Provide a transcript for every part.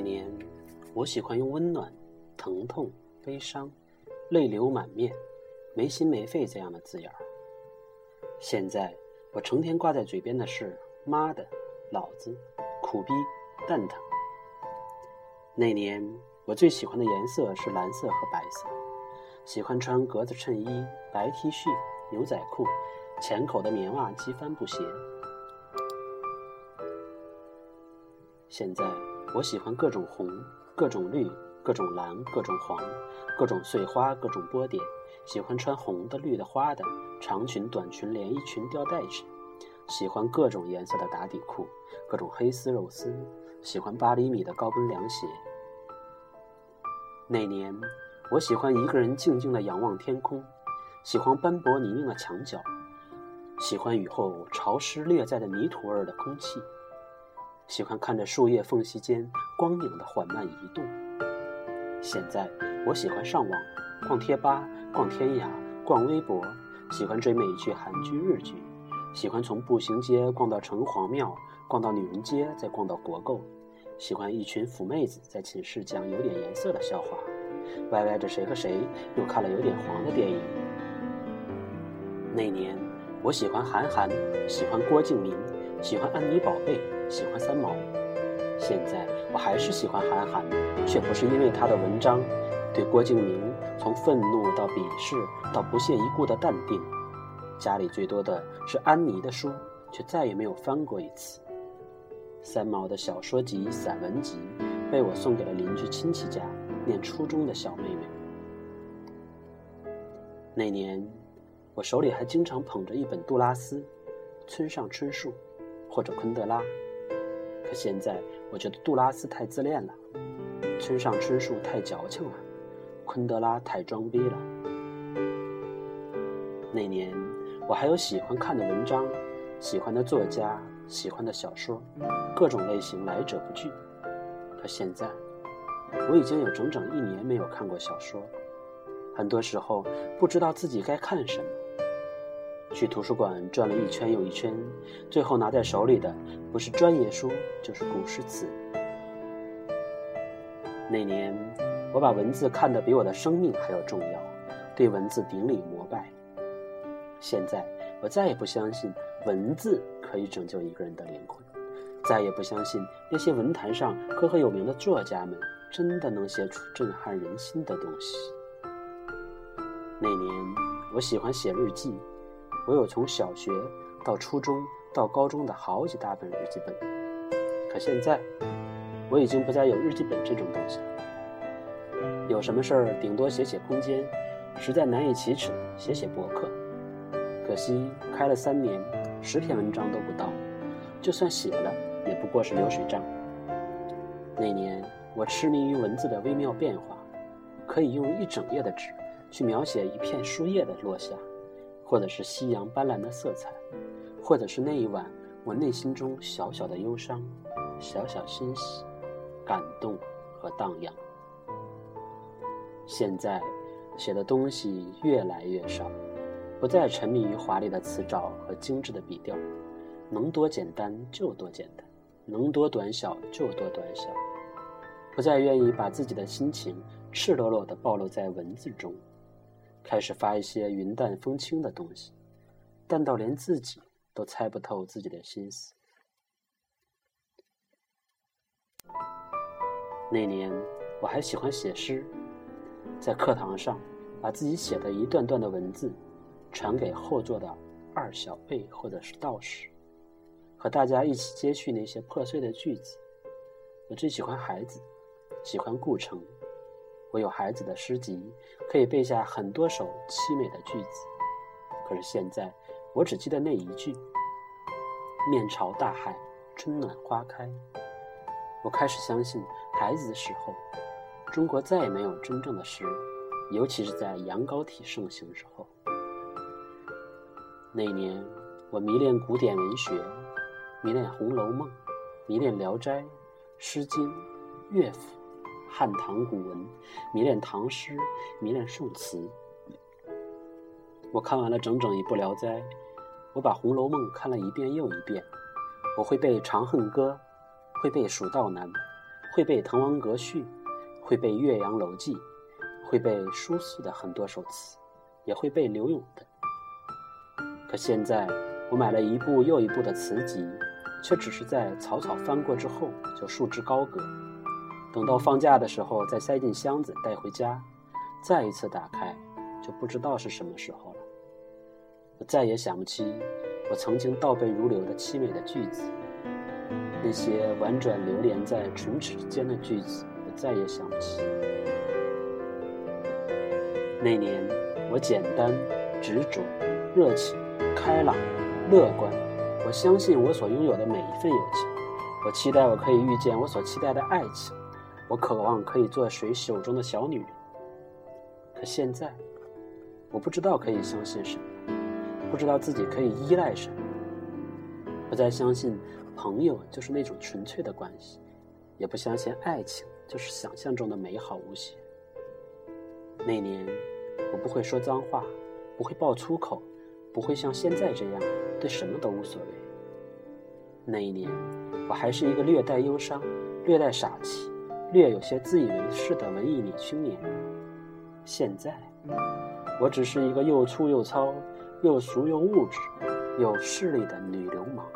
那年，我喜欢用温暖、疼痛、悲伤、泪流满面、没心没肺这样的字眼儿。现在，我成天挂在嘴边的是妈的、老子、苦逼、蛋疼。那年，我最喜欢的颜色是蓝色和白色，喜欢穿格子衬衣、白 T 恤、牛仔裤、浅口的棉袜及帆布鞋。现在我喜欢各种红、各种绿、各种蓝、各种黄、各种碎花、各种波点，喜欢穿红的、绿的、花的长裙、短裙、连衣裙、吊带裙，喜欢各种颜色的打底裤，各种黑丝肉丝，喜欢8厘米的高跟凉鞋。那年，我喜欢一个人静静地仰望天空，喜欢斑驳泥泞的墙角，喜欢雨后潮湿略在的泥土味的空气，喜欢看着树叶缝隙间光影的缓慢移动。现在我喜欢上网，逛贴吧，逛天涯，逛微博，喜欢追美剧、韩剧、日剧，喜欢从步行街逛到城隍庙，逛到女人街，再逛到国购，喜欢一群腐妹子在寝室讲有点颜色的笑话，歪歪着谁和谁又看了有点黄的电影。那年我喜欢韩寒，喜欢郭敬明，喜欢安妮宝贝，喜欢三毛。现在我还是喜欢韩寒，却不是因为他的文章，对郭敬明从愤怒到鄙视到不屑一顾的淡定。家里最多的是安妮的书，却再也没有翻过一次。三毛的小说集、散文集被我送给了邻居亲戚家念初中的小妹妹。那年我手里还经常捧着一本杜拉斯、村上春树或者昆德拉，可现在我觉得杜拉斯太自恋了，村上春树太矫情了，昆德拉太装逼了。那年我还有喜欢看的文章，喜欢的作家，喜欢的小说，各种类型来者不拒。可现在我已经有整整1年没有看过小说，很多时候不知道自己该看什么。去图书馆转了一圈又一圈，最后拿在手里的不是专业书就是古诗词。那年我把文字看得比我的生命还要重要，对文字顶礼膜拜。现在我再也不相信文字可以拯救一个人的灵魂，再也不相信那些文坛上赫赫有名的作家们真的能写出震撼人心的东西。那年我喜欢写日记，我有从小学到初中到高中的好几大本日记本。可现在我已经不再有日记本这种东西了，有什么事儿顶多写写空间，实在难以启齿写写博客。可惜开了3年10篇文章都不到，就算写了也不过是流水账。那年我痴迷于文字的微妙变化，可以用一整页的纸去描写一片树叶的落下，或者是夕阳斑斓的色彩，或者是那一晚我内心中小小的忧伤、小小欣喜、感动和荡漾。现在写的东西越来越少，不再沉迷于华丽的词藻和精致的笔调，能多简单就多简单，能多短小就多短小，不再愿意把自己的心情赤裸裸地暴露在文字中，开始发一些云淡风轻的东西，淡到连自己都猜不透自己的心思。那年我还喜欢写诗，在课堂上把自己写的一段段的文字传给后座的二小辈或者是道士，和大家一起接续那些破碎的句子。我最喜欢孩子，喜欢顾城，我有孩子的诗集，可以背下很多首凄美的句子。可是现在我只记得那一句：面朝大海，春暖花开。我开始相信孩子的时候，中国再也没有真正的诗，尤其是在羊羔体盛行时候。那年我迷恋古典文学，迷恋《红楼梦》，迷恋《聊斋》、《诗经》、乐府、汉唐古文，迷恋唐诗，迷恋宋词。我看完了整整一部《聊斋》，我把《红楼梦》看了一遍又一遍。我会背《长恨歌》，会背《蜀道难》， 会背滕王阁序，会背岳阳楼记，会背叔肃的很多首词，也会背柳永的。可现在我买了一部又一部的词集，却只是在草草翻过之后就束之高阁，等到放假的时候再塞进箱子带回家，再一次打开就不知道是什么时候了。我再也想不起我曾经倒背如流的凄美的句子，那些婉转流连在唇齿间的句子，我再也想不起。那年我简单、执着、热情、开朗、乐观，我相信我所拥有的每一份友情，我期待我可以遇见我所期待的爱情，我渴望可以做谁手中的小女人。可现在我不知道可以相信什么，不知道自己可以依赖什么，不再相信朋友就是那种纯粹的关系，也不相信爱情就是想象中的美好无邪。那年我不会说脏话，不会爆粗口，不会像现在这样对什么都无所谓。那一年我还是一个略带忧伤、略带傻气、略有些自以为是的文艺女青年。现在我只是一个又粗又糙、又俗又物质、有势力的女流氓。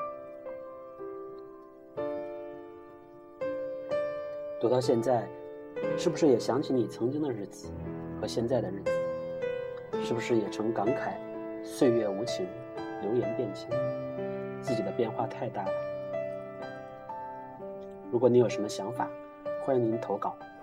读到现在，是不是也想起你曾经的日子和现在的日子？是不是也曾感慨岁月无情，流言变迁，自己的变化太大了？如果你有什么想法，欢迎您投稿。